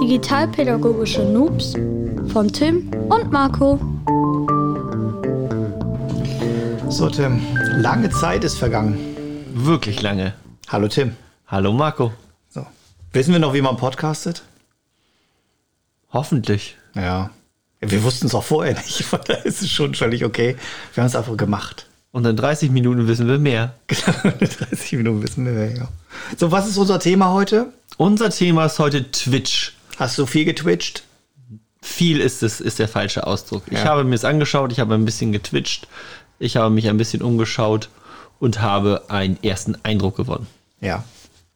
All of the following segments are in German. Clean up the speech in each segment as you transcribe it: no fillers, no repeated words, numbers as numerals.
Digitalpädagogische Noobs von Tim und Marco. So Tim, lange Zeit ist vergangen. Wirklich lange. Hallo Tim. Hallo Marco. So. Wissen wir noch, wie man podcastet? Hoffentlich. Ja. Wir wussten es auch vorher nicht, von daher ist es schon völlig okay. Wir haben es einfach gemacht. Und in 30 Minuten wissen wir mehr. Genau, in 30 Minuten wissen wir mehr, ja. So, was ist unser Thema heute? Unser Thema ist heute Twitch. Hast du viel getwitcht? Viel ist der falsche Ausdruck. Ja. Ich habe mir es angeschaut, ich habe ein bisschen getwitcht, ich habe mich ein bisschen umgeschaut und habe einen ersten Eindruck gewonnen. Ja.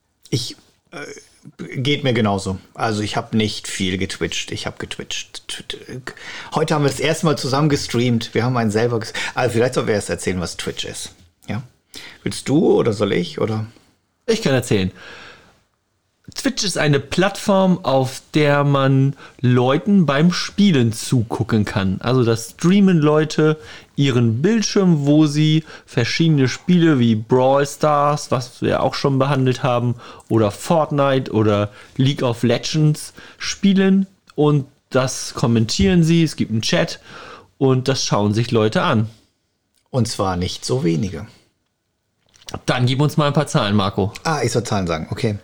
Geht mir genauso. Also ich habe nicht viel getwitcht. Ich habe getwitcht. Heute haben wir das erste Mal zusammen gestreamt. Wir haben einen selber also vielleicht soll wir erst erzählen, was Twitch ist. Ja? Willst du oder soll ich? Oder? Ich kann erzählen. Twitch ist eine Plattform, auf der man Leuten beim Spielen zugucken kann. Also da streamen Leute ihren Bildschirm, wo sie verschiedene Spiele wie Brawl Stars, was wir auch schon behandelt haben, oder Fortnite oder League of Legends spielen. Und das kommentieren sie, es gibt einen Chat und das schauen sich Leute an. Und zwar nicht so wenige. Dann gib uns mal ein paar Zahlen, Marco. Ich soll Zahlen sagen, okay.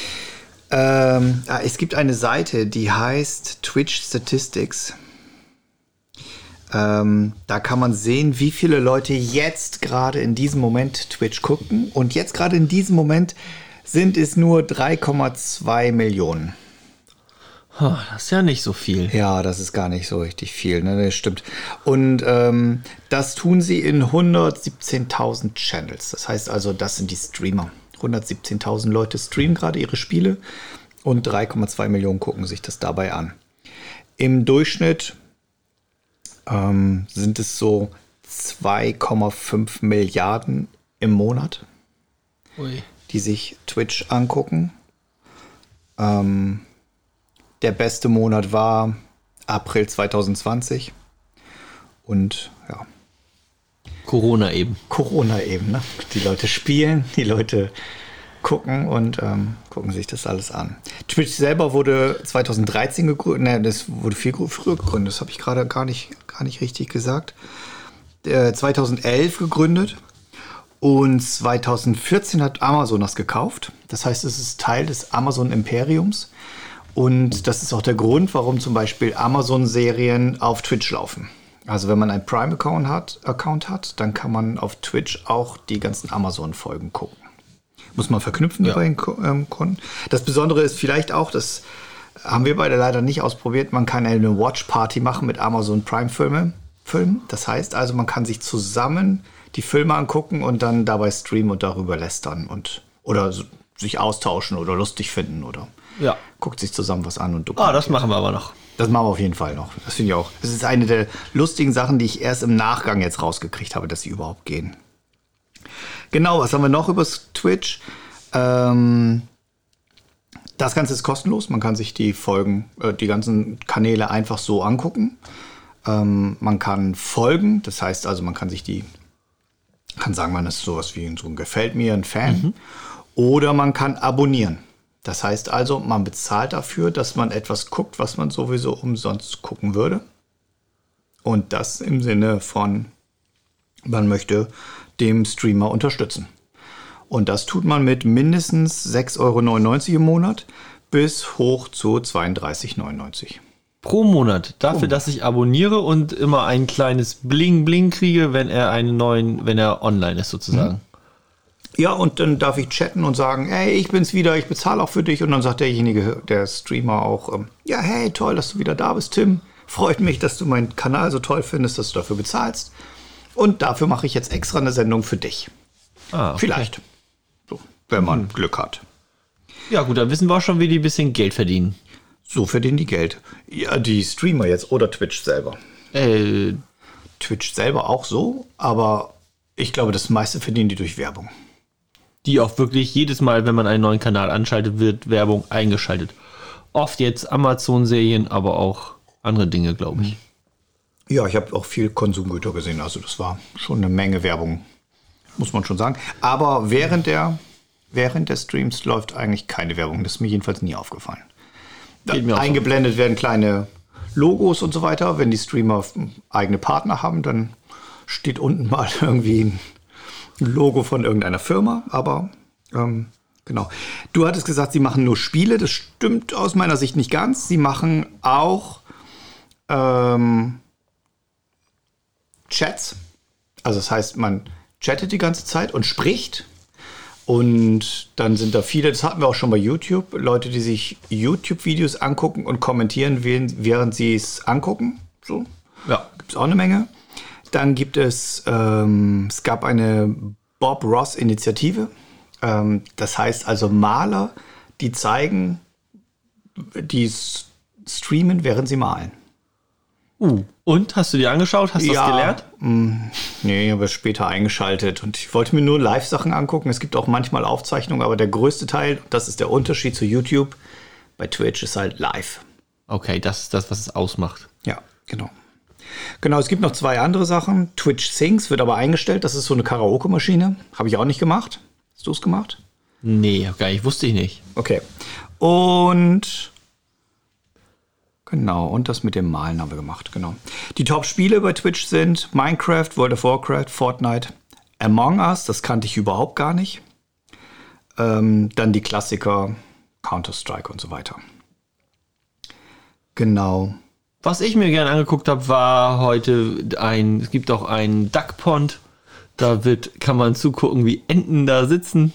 Es gibt eine Seite, die heißt Twitch Statistics. Da kann man sehen, wie viele Leute jetzt gerade in diesem Moment Twitch gucken. Und jetzt gerade in diesem Moment sind es nur 3,2 Millionen. Das ist ja nicht so viel. Ja, das ist gar nicht so richtig viel, ne? Das stimmt. Und das tun sie in 117.000 Channels. Das heißt also, das sind die Streamer. 117.000 Leute streamen gerade ihre Spiele und 3,2 Millionen gucken sich das dabei an. Im Durchschnitt sind es so 2,5 Milliarden im Monat, die sich Twitch angucken. Der beste Monat war April 2020 und ja. Corona eben, ne? Die Leute spielen, die Leute gucken und gucken sich das alles an. Twitch selber wurde 2013 gegründet, das wurde viel früher gegründet, das habe ich gerade gar nicht richtig gesagt. 2011 gegründet und 2014 hat Amazon das gekauft. Das heißt, es ist Teil des Amazon-Imperiums und das ist auch der Grund, warum zum Beispiel Amazon-Serien auf Twitch laufen. Also wenn man einen Prime-Account hat, dann kann man auf Twitch auch die ganzen Amazon-Folgen gucken. Muss man verknüpfen bei den Kunden. Das Besondere ist vielleicht auch, das haben wir beide leider nicht ausprobiert, man kann eine Watch-Party machen mit Amazon Prime-Filmen. Das heißt also, man kann sich zusammen die Filme angucken und dann dabei streamen und darüber lästern oder sich austauschen oder lustig finden oder guckt sich zusammen was an. Und das machen wir aber noch. Das machen wir auf jeden Fall noch. Das finde ich auch. Das ist eine der lustigen Sachen, die ich erst im Nachgang jetzt rausgekriegt habe, dass sie überhaupt gehen. Genau, was haben wir noch über Twitch? Das Ganze ist kostenlos. Man kann sich die Folgen, die ganzen Kanäle einfach so angucken. Man kann folgen. Das heißt also, man kann sagen, man ist sowas wie so ein Gefällt mir, ein Fan. Mhm. Oder man kann abonnieren. Das heißt also, man bezahlt dafür, dass man etwas guckt, was man sowieso umsonst gucken würde. Und das im Sinne von, man möchte dem Streamer unterstützen. Und das tut man mit mindestens 6,99 € im Monat bis hoch zu 32,99 €. Pro Monat. Dafür, dass ich abonniere und immer ein kleines Bling-Bling kriege, wenn er online ist sozusagen. Ja, und dann darf ich chatten und sagen, hey, ich bin's wieder, ich bezahle auch für dich. Und dann sagt derjenige, der Streamer auch, ja, hey, toll, dass du wieder da bist, Tim. Freut mich, dass du meinen Kanal so toll findest, dass du dafür bezahlst. Und dafür mache ich jetzt extra eine Sendung für dich. Okay. Vielleicht. So, wenn man Glück hat. Ja gut, dann wissen wir auch schon, wie die ein bisschen Geld verdienen. So verdienen die Geld. Ja, die Streamer jetzt oder Twitch selber. Twitch selber auch so, aber ich glaube, das meiste verdienen die durch Werbung. Die auch wirklich jedes Mal, wenn man einen neuen Kanal anschaltet, wird Werbung eingeschaltet. Oft jetzt Amazon-Serien, aber auch andere Dinge, glaube ich. Ja, ich habe auch viel Konsumgüter gesehen. Also das war schon eine Menge Werbung, muss man schon sagen. Aber während der Streams läuft eigentlich keine Werbung. Das ist mir jedenfalls nie aufgefallen. Geht mir auch so. Eingeblendet werden kleine Logos und so weiter. Wenn die Streamer eigene Partner haben, dann steht unten mal irgendwie ein Logo von irgendeiner Firma. Aber genau. Du hattest gesagt, sie machen nur Spiele. Das stimmt aus meiner Sicht nicht ganz. Sie machen auch Chats. Also das heißt, man chattet die ganze Zeit und spricht. Und dann sind da viele, das hatten wir auch schon bei YouTube, Leute, die sich YouTube-Videos angucken und kommentieren, während sie es angucken. So. Ja. Gibt es auch eine Menge. Dann gibt es, es gab eine Bob Ross-Initiative. Das heißt also Maler, die zeigen, die streamen, während sie malen. Und? Hast du dir angeschaut? Hast du das gelernt? Nee, ich habe es später eingeschaltet und ich wollte mir nur Live-Sachen angucken. Es gibt auch manchmal Aufzeichnungen, aber der größte Teil, das ist der Unterschied zu YouTube, bei Twitch ist halt live. Okay, das ist das, was es ausmacht. Ja, genau. Genau, es gibt noch 2 andere Sachen. Twitch Sings wird aber eingestellt. Das ist so eine Karaoke-Maschine. Habe ich auch nicht gemacht. Hast du es gemacht? Nee, okay, wusste ich nicht. Okay. Und genau, und das mit dem Malen haben wir gemacht, genau. Die Top-Spiele bei Twitch sind Minecraft, World of Warcraft, Fortnite, Among Us, das kannte ich überhaupt gar nicht. Dann die Klassiker, Counter-Strike und so weiter. Genau. Was ich mir gerne angeguckt habe, war heute es gibt auch einen Duck Pond. Da kann man zugucken, wie Enten da sitzen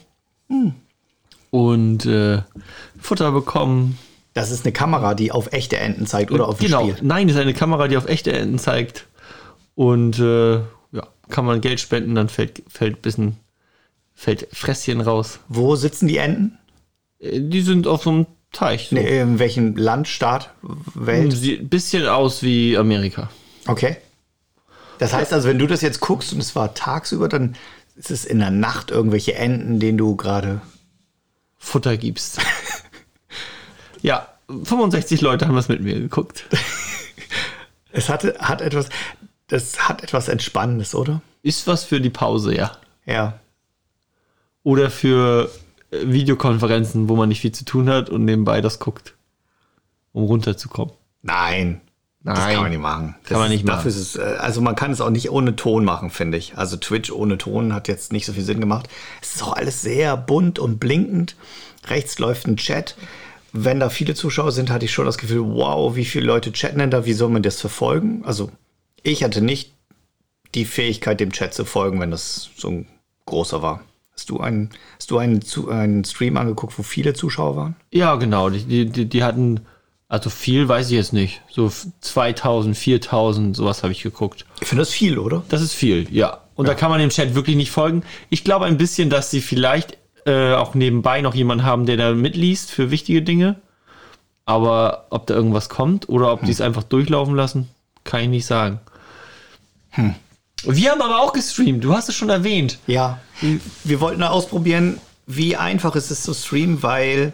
und Futter bekommen. Das ist eine Kamera, die auf echte Enten zeigt oder auf ein Genau, Spiel. nein, das ist eine Kamera, die auf echte Enten zeigt. Und kann man Geld spenden, dann fällt Fresschen raus. Wo sitzen die Enten? Die sind auf so einem Teich. So. Nee, in welchem Land, Staat, Welt? Sieht ein bisschen aus wie Amerika. Okay. Das heißt also, wenn du das jetzt guckst und es war tagsüber, dann ist es in der Nacht irgendwelche Enten, denen du gerade Futter gibst. Ja, 65 Leute haben das mit mir geguckt. Es hat etwas Entspannendes, oder? Ist was für die Pause, ja. Ja. Oder für Videokonferenzen, wo man nicht viel zu tun hat und nebenbei das guckt, um runterzukommen. Nein. Das kann man nicht machen. Dafür ist es, also man kann es auch nicht ohne Ton machen, finde ich. Also Twitch ohne Ton hat jetzt nicht so viel Sinn gemacht. Es ist auch alles sehr bunt und blinkend. Rechts läuft ein Chat. Wenn da viele Zuschauer sind, hatte ich schon das Gefühl, wow, wie viele Leute chatten denn da? Wie soll man das verfolgen? Also ich hatte nicht die Fähigkeit, dem Chat zu folgen, wenn das so ein großer war. Hast du einen Stream angeguckt, wo viele Zuschauer waren? Ja, genau. Die hatten, also viel weiß ich jetzt nicht. So 2000, 4000, sowas habe ich geguckt. Ich finde das viel, oder? Das ist viel, ja. Und da kann man dem Chat wirklich nicht folgen. Ich glaube ein bisschen, dass sie vielleicht auch nebenbei noch jemanden haben, der da mitliest für wichtige Dinge. Aber ob da irgendwas kommt oder ob die es einfach durchlaufen lassen, kann ich nicht sagen. Wir haben aber auch gestreamt, du hast es schon erwähnt. Ja, wir wollten ausprobieren, wie einfach es ist zu streamen, weil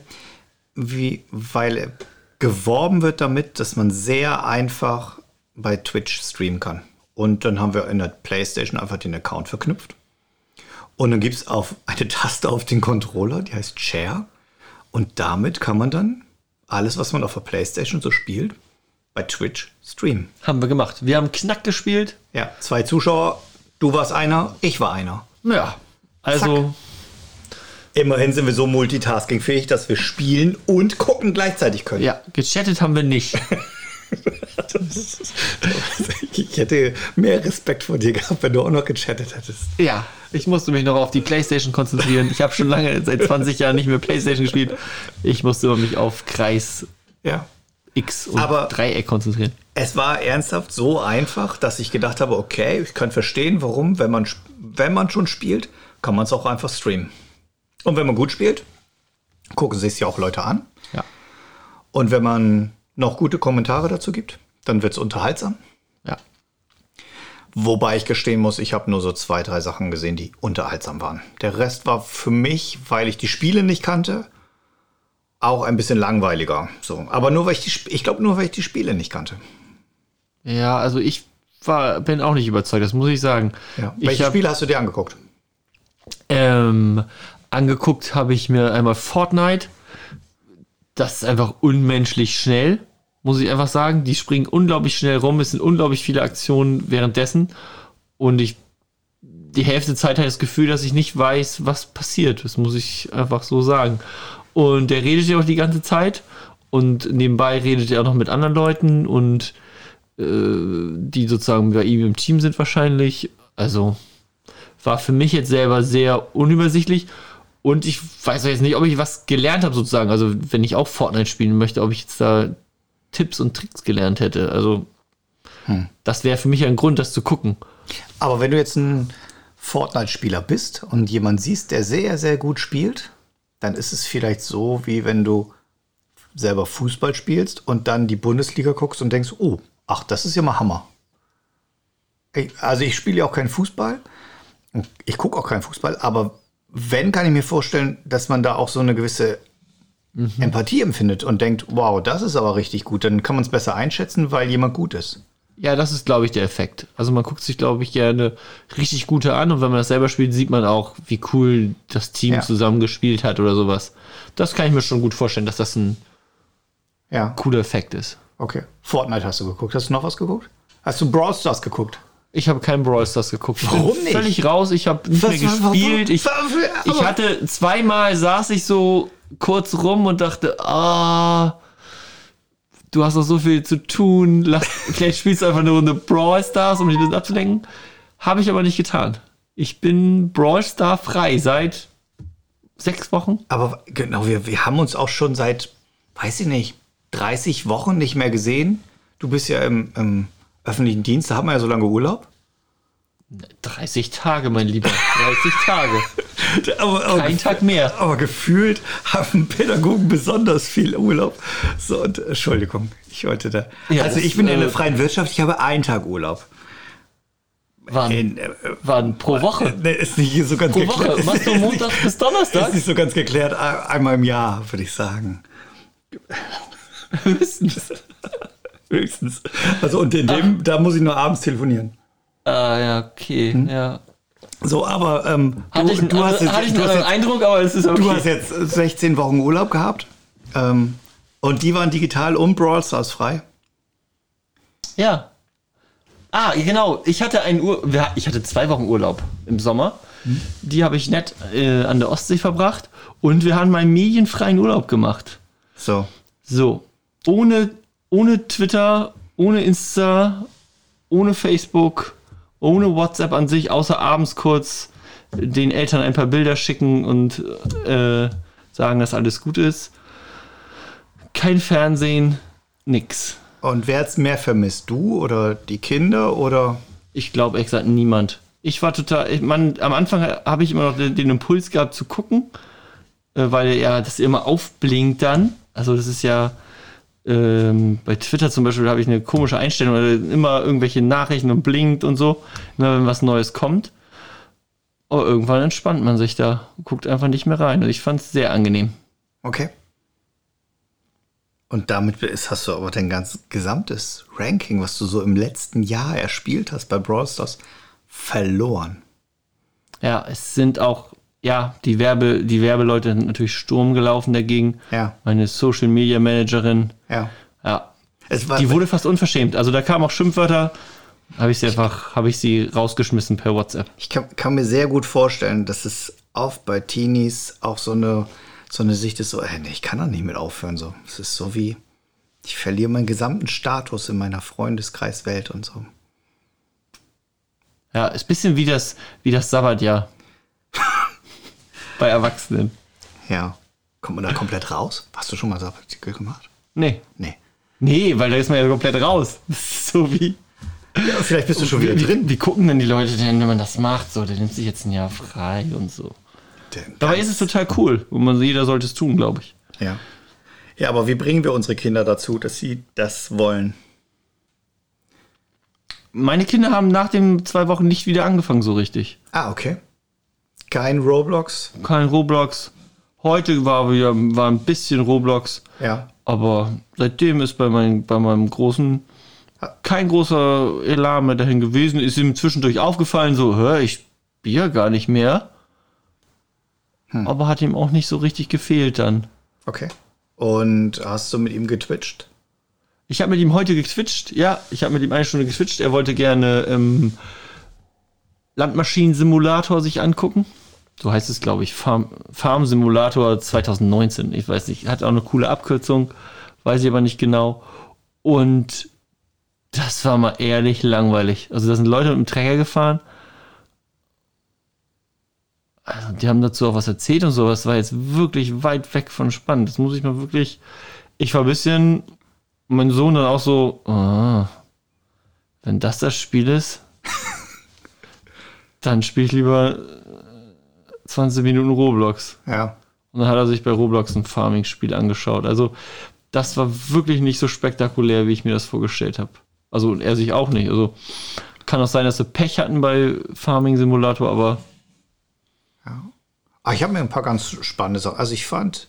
geworben wird damit, dass man sehr einfach bei Twitch streamen kann. Und dann haben wir in der PlayStation einfach den Account verknüpft. Und dann gibt es eine Taste auf den Controller, die heißt Share. Und damit kann man dann alles, was man auf der PlayStation so spielt, bei Twitch streamen. Haben wir gemacht. Wir haben Knack gespielt. Ja, 2 Zuschauer, du warst einer, ich war einer. Ja, also Zack. Immerhin sind wir so multitaskingfähig, dass wir spielen und gucken gleichzeitig können. Ja, gechattet haben wir nicht. Ich hätte mehr Respekt vor dir gehabt, wenn du auch noch gechattet hättest. Ja, ich musste mich noch auf die PlayStation konzentrieren. Ich habe schon lange, seit 20 Jahren nicht mehr PlayStation gespielt. Ich musste mich auf Kreis X und Dreieck konzentrieren. Es war ernsthaft so einfach, dass ich gedacht habe, okay, ich kann verstehen, warum, wenn man schon spielt, kann man es auch einfach streamen. Und wenn man gut spielt, gucken sich ja auch Leute an. Ja. Und wenn man noch gute Kommentare dazu gibt, dann wird es unterhaltsam. Ja. Wobei ich gestehen muss, ich habe nur so 2, 3 Sachen gesehen, die unterhaltsam waren. Der Rest war für mich, weil ich die Spiele nicht kannte, auch ein bisschen langweiliger. So. Aber nur, weil ich glaube, weil ich die Spiele nicht kannte. Ja, also ich bin auch nicht überzeugt, das muss ich sagen. Ja. Welche Spiele hast du dir angeguckt? Angeguckt habe ich mir einmal Fortnite. das ist einfach unmenschlich schnell, muss ich einfach sagen. Die springen unglaublich schnell rum, es sind unglaublich viele Aktionen währenddessen und die Hälfte der Zeit habe ich das Gefühl, dass ich nicht weiß, was passiert. Das muss ich einfach so sagen. Und der redet ja auch die ganze Zeit und nebenbei redet er auch noch mit anderen Leuten und die sozusagen bei ihm im Team sind wahrscheinlich. Also war für mich jetzt selber sehr unübersichtlich und ich weiß jetzt nicht, ob ich was gelernt habe sozusagen. Also wenn ich auch Fortnite spielen möchte, ob ich jetzt da Tipps und Tricks gelernt hätte. Also das wäre für mich ein Grund, das zu gucken. Aber wenn du jetzt ein Fortnite-Spieler bist und jemand siehst, der sehr, sehr gut spielt, dann ist es vielleicht so, wie wenn du selber Fußball spielst und dann die Bundesliga guckst und denkst, oh, ach, das ist ja mal Hammer. Also ich spiele ja auch keinen Fußball. Ich gucke auch keinen Fußball, aber wenn, kann ich mir vorstellen, dass man da auch so eine gewisse Empathie empfindet und denkt, wow, das ist aber richtig gut. Dann kann man es besser einschätzen, weil jemand gut ist. Ja, das ist, glaube ich, der Effekt. Also man guckt sich, glaube ich, gerne richtig gute an und wenn man das selber spielt, sieht man auch, wie cool das Team zusammen gespielt hat oder sowas. Das kann ich mir schon gut vorstellen, dass das ein cooler Effekt ist. Okay. Fortnite hast du geguckt. Hast du noch was geguckt? Hast du Brawl Stars geguckt? Ich habe keinen Brawl Stars geguckt. Warum nicht? Völlig raus. Ich habe nicht mehr gespielt. Ich hatte zweimal, saß ich so kurz rum und dachte, du hast doch so viel zu tun. Vielleicht spielst du einfach eine Runde Brawl Stars, um dich ein bisschen abzulenken. Habe ich aber nicht getan. Ich bin Brawl Star frei seit 6 Wochen. Aber genau, wir haben uns auch schon seit, weiß ich nicht, 30 Wochen nicht mehr gesehen. Du bist ja im öffentlichen Dienst, da hat man ja so lange Urlaub. 30 Tage, mein Lieber. 30 Tage. aber Kein Tag mehr. Aber gefühlt haben Pädagogen besonders viel Urlaub. So, und Entschuldigung, ich wollte da. Ja, also ich bin in der freien Wirtschaft, ich habe einen Tag Urlaub. Waren pro Woche. Ist nicht so ganz pro geklärt. Woche. Machst du Montag bis Donnerstag? Ist nicht so ganz geklärt. Einmal im Jahr, würde ich sagen. Höchstens. Also und da muss ich nur abends telefonieren. Ja, okay. Ja. So, aber hatte ich einen Eindruck, aber es ist okay. Du hast jetzt 16 Wochen Urlaub gehabt und die waren digital und Brawl Stars frei. Ja. Genau. Ich hatte 2 Wochen Urlaub im Sommer. Die habe ich nett an der Ostsee verbracht und wir haben meinen medienfreien Urlaub gemacht. So. Ohne Twitter, ohne Insta, ohne Facebook, ohne WhatsApp an sich, außer abends kurz den Eltern ein paar Bilder schicken und sagen, dass alles gut ist. Kein Fernsehen, nix. Und wer hat's mehr vermisst? Du oder die Kinder oder? Ich glaube ehrlich gesagt niemand. Ich war am Anfang habe ich immer noch den Impuls gehabt zu gucken, weil das immer aufblinkt dann. Also das ist ja bei Twitter zum Beispiel habe ich eine komische Einstellung, oder immer irgendwelche Nachrichten und blinkt und so, immer wenn was Neues kommt. Aber irgendwann entspannt man sich da, guckt einfach nicht mehr rein. Und ich fand es sehr angenehm. Okay. Und damit hast du aber dein ganz gesamtes Ranking, was du so im letzten Jahr erspielt hast bei Brawl Stars, verloren. Ja, es sind auch die Werbeleute sind natürlich Sturm gelaufen dagegen. Ja. Meine Social Media Managerin. Ja. Die wurde fast unverschämt. Also da kamen auch Schimpfwörter. Habe ich sie rausgeschmissen per WhatsApp. Ich kann mir sehr gut vorstellen, dass es oft bei Teenies auch so eine Sicht ist, so, nee, ich kann da nicht mit aufhören. So. Es ist so wie, ich verliere meinen gesamten Status in meiner Freundeskreiswelt und so. Ja, ist ein bisschen wie das Sabbatjahr. Bei Erwachsenen. Ja. Kommt man da komplett raus? Hast du schon mal Sabbatjahr gemacht? Nee, weil da ist man ja komplett raus. Das ist so wie... Ja, vielleicht bist du schon wieder drin. Wie gucken denn die Leute denn, wenn man das macht? So, der nimmt sich jetzt ein Jahr frei und so. Dabei ist es total cool. Und jeder sollte es tun, glaube ich. Ja. Ja, aber wie bringen wir unsere Kinder dazu, dass sie das wollen? Meine Kinder haben nach den 2 Wochen nicht wieder angefangen so richtig. Okay. Kein Roblox? Kein Roblox. Heute war ein bisschen Roblox. Ja. Aber seitdem ist bei meinem Großen kein großer Elan mehr dahin gewesen. Ist ihm zwischendurch aufgefallen, so, ich spiele gar nicht mehr. Aber hat ihm auch nicht so richtig gefehlt dann. Okay. Und hast du mit ihm getwitcht? Ich habe mit ihm heute getwitcht. Ja, ich habe mit ihm 1 Stunde getwitcht. Er wollte gerne Landmaschinen-Simulator sich angucken. So heißt es, glaube ich. Farm-Simulator 2019. Ich weiß nicht. Hat auch eine coole Abkürzung. Weiß ich aber nicht genau. Und das war mal ehrlich langweilig. Also da sind Leute mit dem Trecker gefahren. Also die haben dazu auch was erzählt und so. Das war jetzt wirklich weit weg von spannend. Das muss ich mal wirklich... Ich war ein bisschen... Mein Sohn dann auch so... wenn das Spiel ist, dann spiele ich lieber 20 Minuten Roblox. Ja. Und dann hat er sich bei Roblox ein Farming-Spiel angeschaut. Also das war wirklich nicht so spektakulär, wie ich mir das vorgestellt habe. Also er sich auch nicht. Also kann auch sein, dass sie Pech hatten bei Farming Simulator, aber... Ja. Ich habe mir ein paar ganz spannende Sachen. Also ich fand,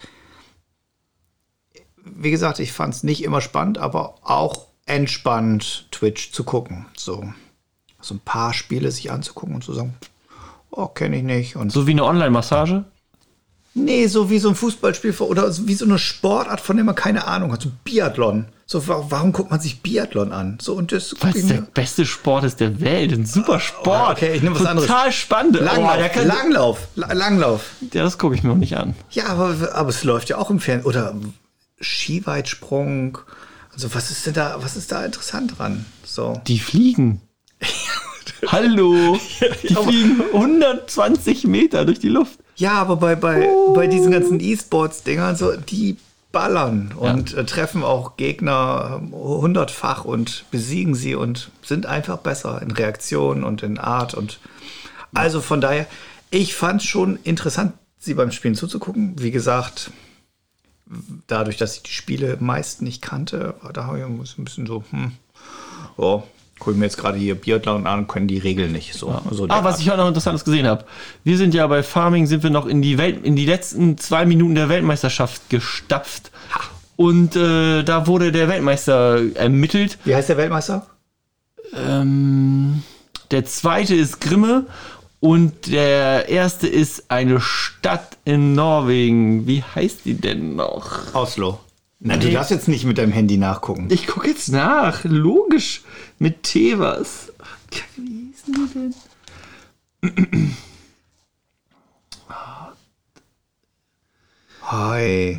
wie gesagt, ich fand es nicht immer spannend, aber auch entspannt, Twitch zu gucken. So ein paar Spiele sich anzugucken und zu sagen, oh, kenne ich nicht. Und so wie eine Online-Massage? Nee, so wie so ein Fußballspiel oder wie so eine Sportart, von der man keine Ahnung hat. So Biathlon. So, warum guckt man sich Biathlon an? So, und das weil es der beste Sport ist der Welt. Ein super Sport. Okay, ich nehme was anderes. Total spannend. Langlauf. Ja, das gucke ich mir auch nicht an. Ja, aber es läuft ja auch im Fernsehen. Oder Skiweitsprung. Also was ist da interessant dran? So. Die fliegen. Hallo. Die fliegen 120 Meter durch die Luft. Ja, aber bei diesen ganzen E-Sports-Dingern, so, die ballern und treffen auch Gegner 100-fach und besiegen sie und sind einfach besser in Reaktion und in Art. Und also von daher, ich fand es schon interessant, sie beim Spielen zuzugucken. Wie gesagt, dadurch, dass ich die Spiele meist nicht kannte, da habe ich ein bisschen so, gucken wir jetzt gerade hier Biathlon an, können die Regeln nicht. So was ich heute noch Interessantes gesehen habe. Wir sind ja bei Farming, sind wir noch in die letzten 2 Minuten der Weltmeisterschaft gestapft. Und da wurde der Weltmeister ermittelt. Wie heißt der Weltmeister? Der zweite ist Grimme und der erste ist eine Stadt in Norwegen. Wie heißt die denn noch? Oslo. Na, du darfst jetzt nicht mit deinem Handy nachgucken. Ich gucke jetzt nach. Logisch. Mit T was. Wie hießen die denn? Hi.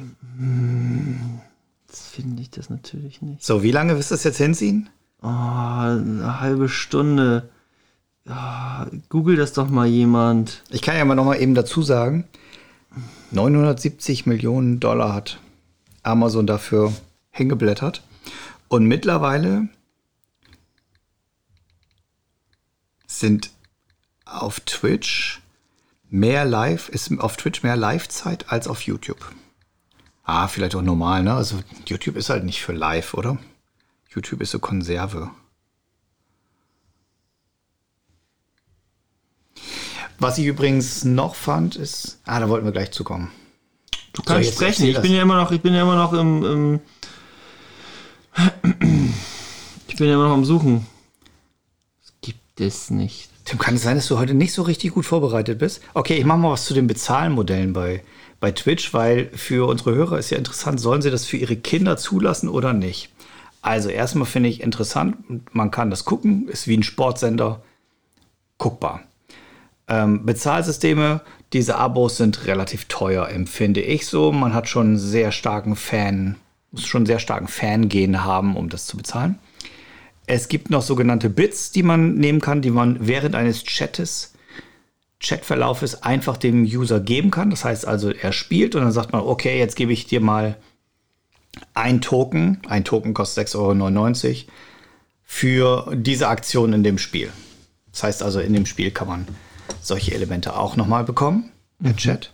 Jetzt finde ich das natürlich nicht. So, wie lange wirst du das jetzt hinziehen? Eine halbe Stunde. Google das doch mal jemand. Ich kann ja mal noch mal eben dazu sagen, 970 Millionen Dollar hat Amazon dafür hingeblättert. Und mittlerweile sind auf Twitch mehr Live-Zeit als auf YouTube. Vielleicht auch normal, ne? Also YouTube ist halt nicht für live, oder? YouTube ist so Konserve. Was ich übrigens noch fand, ist... da wollten wir gleich zukommen. Du kannst sprechen. Ich bin ja immer noch im ich bin ja immer noch am Suchen. Das gibt es nicht. Tim, kann es sein, dass du heute nicht so richtig gut vorbereitet bist? Okay, ich mache mal was zu den Bezahlmodellen bei Twitch, weil für unsere Hörer ist ja interessant, sollen sie das für ihre Kinder zulassen oder nicht? Also erstmal finde ich interessant, man kann das gucken, ist wie ein Sportsender, guckbar. Bezahlsysteme, diese Abos sind relativ teuer, empfinde ich so. Man hat schon muss sehr starken Fan-Gen haben, um das zu bezahlen. Es gibt noch sogenannte Bits, die man nehmen kann, die man während eines Chatverlaufes einfach dem User geben kann. Das heißt also, er spielt und dann sagt man, okay, jetzt gebe ich dir mal ein Token. Ein Token kostet 6,99 € für diese Aktion in dem Spiel. Das heißt also, in dem Spiel kann man solche Elemente auch nochmal bekommen, der Chat.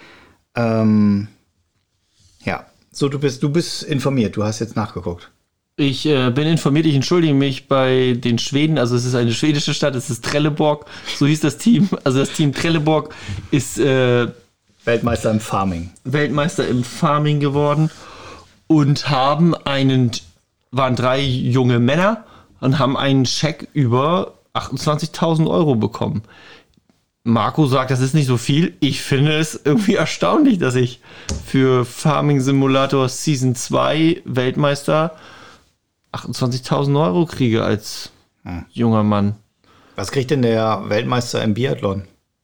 So, du bist informiert, du hast jetzt nachgeguckt. Ich bin informiert, ich entschuldige mich bei den Schweden, also es ist eine schwedische Stadt, es ist Trelleborg, so hieß das Team. Also das Team Trelleborg ist Weltmeister im Farming. Weltmeister im Farming geworden und waren 3 junge Männer und haben einen Scheck über 28.000 € bekommen. Marco sagt, das ist nicht so viel. Ich finde es irgendwie erstaunlich, dass ich für Farming Simulator Season 2 Weltmeister 28.000 Euro kriege als junger Mann. Was kriegt denn der Weltmeister im Biathlon?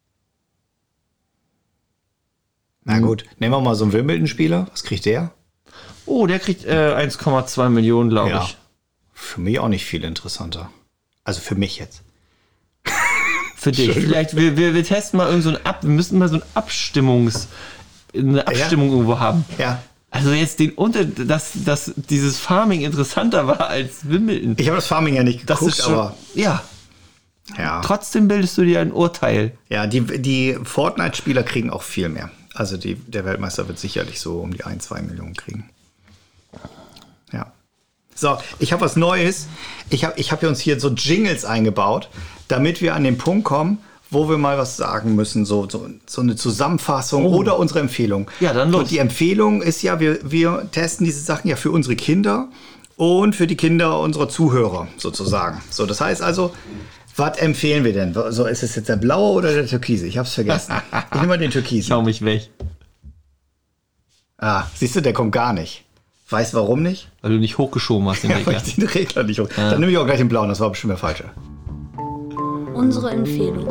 Na gut, nehmen wir mal so einen Wimbledon-Spieler. Was kriegt der? Oh, der kriegt 1,2 Millionen, glaube ich. Für mich auch nicht viel interessanter. Also für mich jetzt. Für dich. Vielleicht, wir testen mal irgend so wir müssen mal so eine Abstimmung irgendwo haben. Ja. Also jetzt dass dieses Farming interessanter war als Wimbledon. Ich habe das Farming ja nicht geguckt, Das ist schon, aber ja. Trotzdem bildest du dir ein Urteil. Ja, die Fortnite-Spieler kriegen auch viel mehr. Also der Weltmeister wird sicherlich so um die 1-2 Millionen kriegen. Ja. So, ich habe was Neues. Ich hab uns hier so Jingles eingebaut, damit wir an den Punkt kommen, wo wir mal was sagen müssen. So eine Zusammenfassung oder unsere Empfehlung. Ja, dann los. Und die Empfehlung ist ja, wir testen diese Sachen ja für unsere Kinder und für die Kinder unserer Zuhörer sozusagen. So, das heißt also, was empfehlen wir denn? So, ist es jetzt der blaue oder der türkise? Ich habe es vergessen. Ich nehme mal den türkisen. Schau mich weg. Ah, siehst du, der kommt gar nicht. Weißt warum nicht? Weil du nicht hochgeschoben hast den Ja, weil Regler. ich den Regler nicht hoch. Dann nehme ich auch gleich den blauen, das war bestimmt der falsche. Unsere Empfehlung.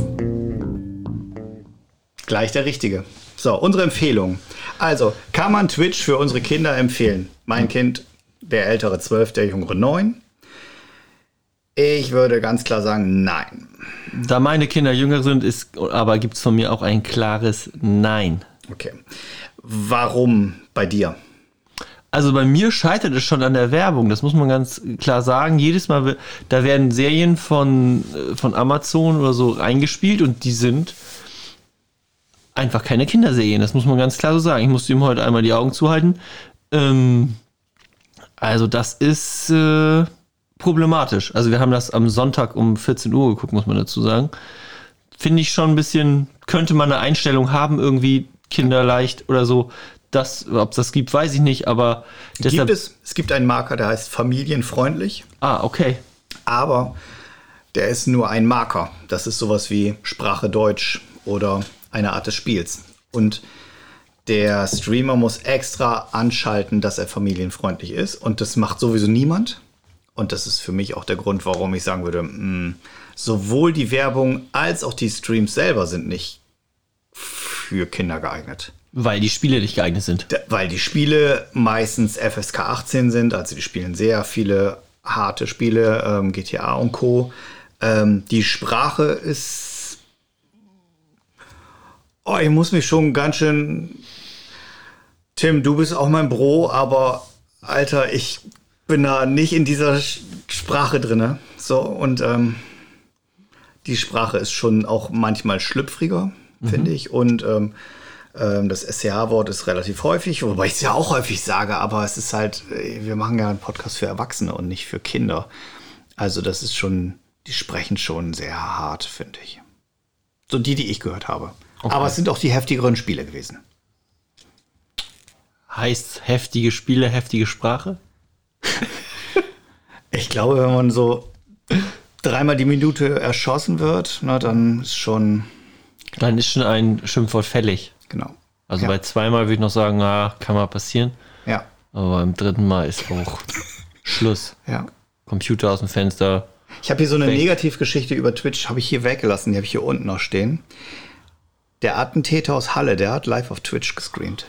Gleich der richtige. So, unsere Empfehlung. Also, kann man Twitch für unsere Kinder empfehlen? Mein Kind, der ältere 12, der jüngere 9. Ich würde ganz klar sagen, nein. Da meine Kinder jünger sind, gibt es von mir auch ein klares Nein. Okay. Warum bei dir? Also bei mir scheitert es schon an der Werbung, das muss man ganz klar sagen. Jedes Mal, da werden Serien von Amazon oder so reingespielt und die sind einfach keine Kinderserien, das muss man ganz klar so sagen. Ich musste ihm heute einmal die Augen zuhalten. Also das ist problematisch. Also wir haben das am Sonntag um 14 Uhr geguckt, muss man dazu sagen. Finde ich schon ein bisschen, könnte man eine Einstellung haben, irgendwie kinderleicht oder so. Ob es das gibt, weiß ich nicht, aber deshalb... Es gibt einen Marker, der heißt familienfreundlich. Ah, okay. Aber der ist nur ein Marker. Das ist sowas wie Sprache Deutsch oder eine Art des Spiels. Und der Streamer muss extra anschalten, dass er familienfreundlich ist. Und das macht sowieso niemand. Und das ist für mich auch der Grund, warum ich sagen würde, sowohl die Werbung als auch die Streams selber sind nicht für Kinder geeignet. Weil die Spiele nicht geeignet sind. Weil die Spiele meistens FSK 18 sind, also die spielen sehr viele harte Spiele, GTA und Co. Die Sprache ist... Oh, ich muss mich schon ganz schön... Tim, du bist auch mein Bro, aber Alter, ich bin da nicht in dieser Sprache drin. So, und die Sprache ist schon auch manchmal schlüpfriger, finde ich. Und das SCH-Wort ist relativ häufig, wobei ich es ja auch häufig sage, aber es ist halt, wir machen ja einen Podcast für Erwachsene und nicht für Kinder. Also das ist schon, die sprechen schon sehr hart, finde ich. So die ich gehört habe. Okay. Aber es sind auch die heftigeren Spiele gewesen. Heißt heftige Spiele, heftige Sprache? Ich glaube, wenn man so 3-mal die Minute erschossen wird, dann ist schon... Dann ist schon ein Schimpfwort fällig. Genau. Also bei 2-mal würde ich noch sagen, kann mal passieren. Ja. Aber beim 3. Mal ist auch Schluss. Ja. Computer aus dem Fenster. Ich habe hier so eine Negativgeschichte über Twitch, habe ich hier weggelassen, die habe ich hier unten noch stehen. Der Attentäter aus Halle, der hat live auf Twitch gestreamt.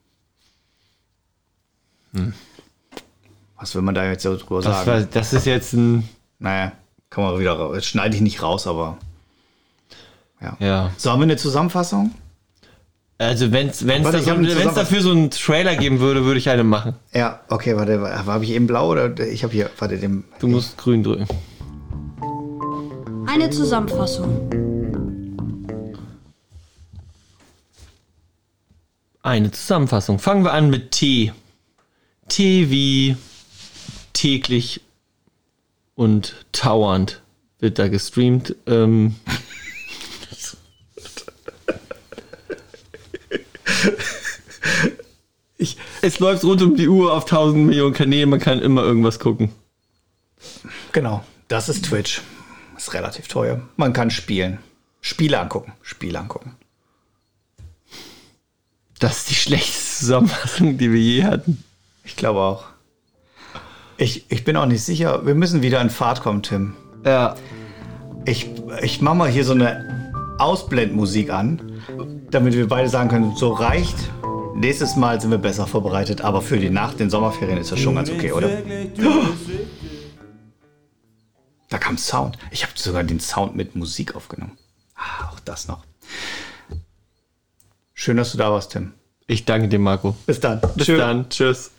Was will man da jetzt so drüber sagen? Das ist jetzt ein... Naja, kann man wieder raus. Das schneide ich nicht raus, aber... Ja. So, haben wir eine Zusammenfassung? Also wenn es dafür so einen Trailer geben würde, würde ich eine machen. Ja, okay, warte, habe ich eben blau oder ich habe hier, warte, Du musst grün drücken. Eine Zusammenfassung. Eine Zusammenfassung. Fangen wir an mit T. T wie täglich und tauernd wird da gestreamt. Es läuft rund um die Uhr auf 1000 Millionen Kanälen, man kann immer irgendwas gucken. Genau, das ist Twitch. Ist relativ teuer. Man kann spielen. Spiele angucken. Spiele angucken. Das ist die schlechteste Zusammenfassung, die wir je hatten. Ich glaube auch. Ich bin auch nicht sicher. Wir müssen wieder in Fahrt kommen, Tim. Ja. Ich mache mal hier so eine Ausblendmusik an, damit wir beide sagen können, so reicht. Nächstes Mal sind wir besser vorbereitet, aber für die Nacht, den Sommerferien ist das schon ganz okay, oder? Da kam Sound. Ich habe sogar den Sound mit Musik aufgenommen. Auch das noch. Schön, dass du da warst, Tim. Ich danke dir, Marco. Bis dann. Bis dann. Tschüss.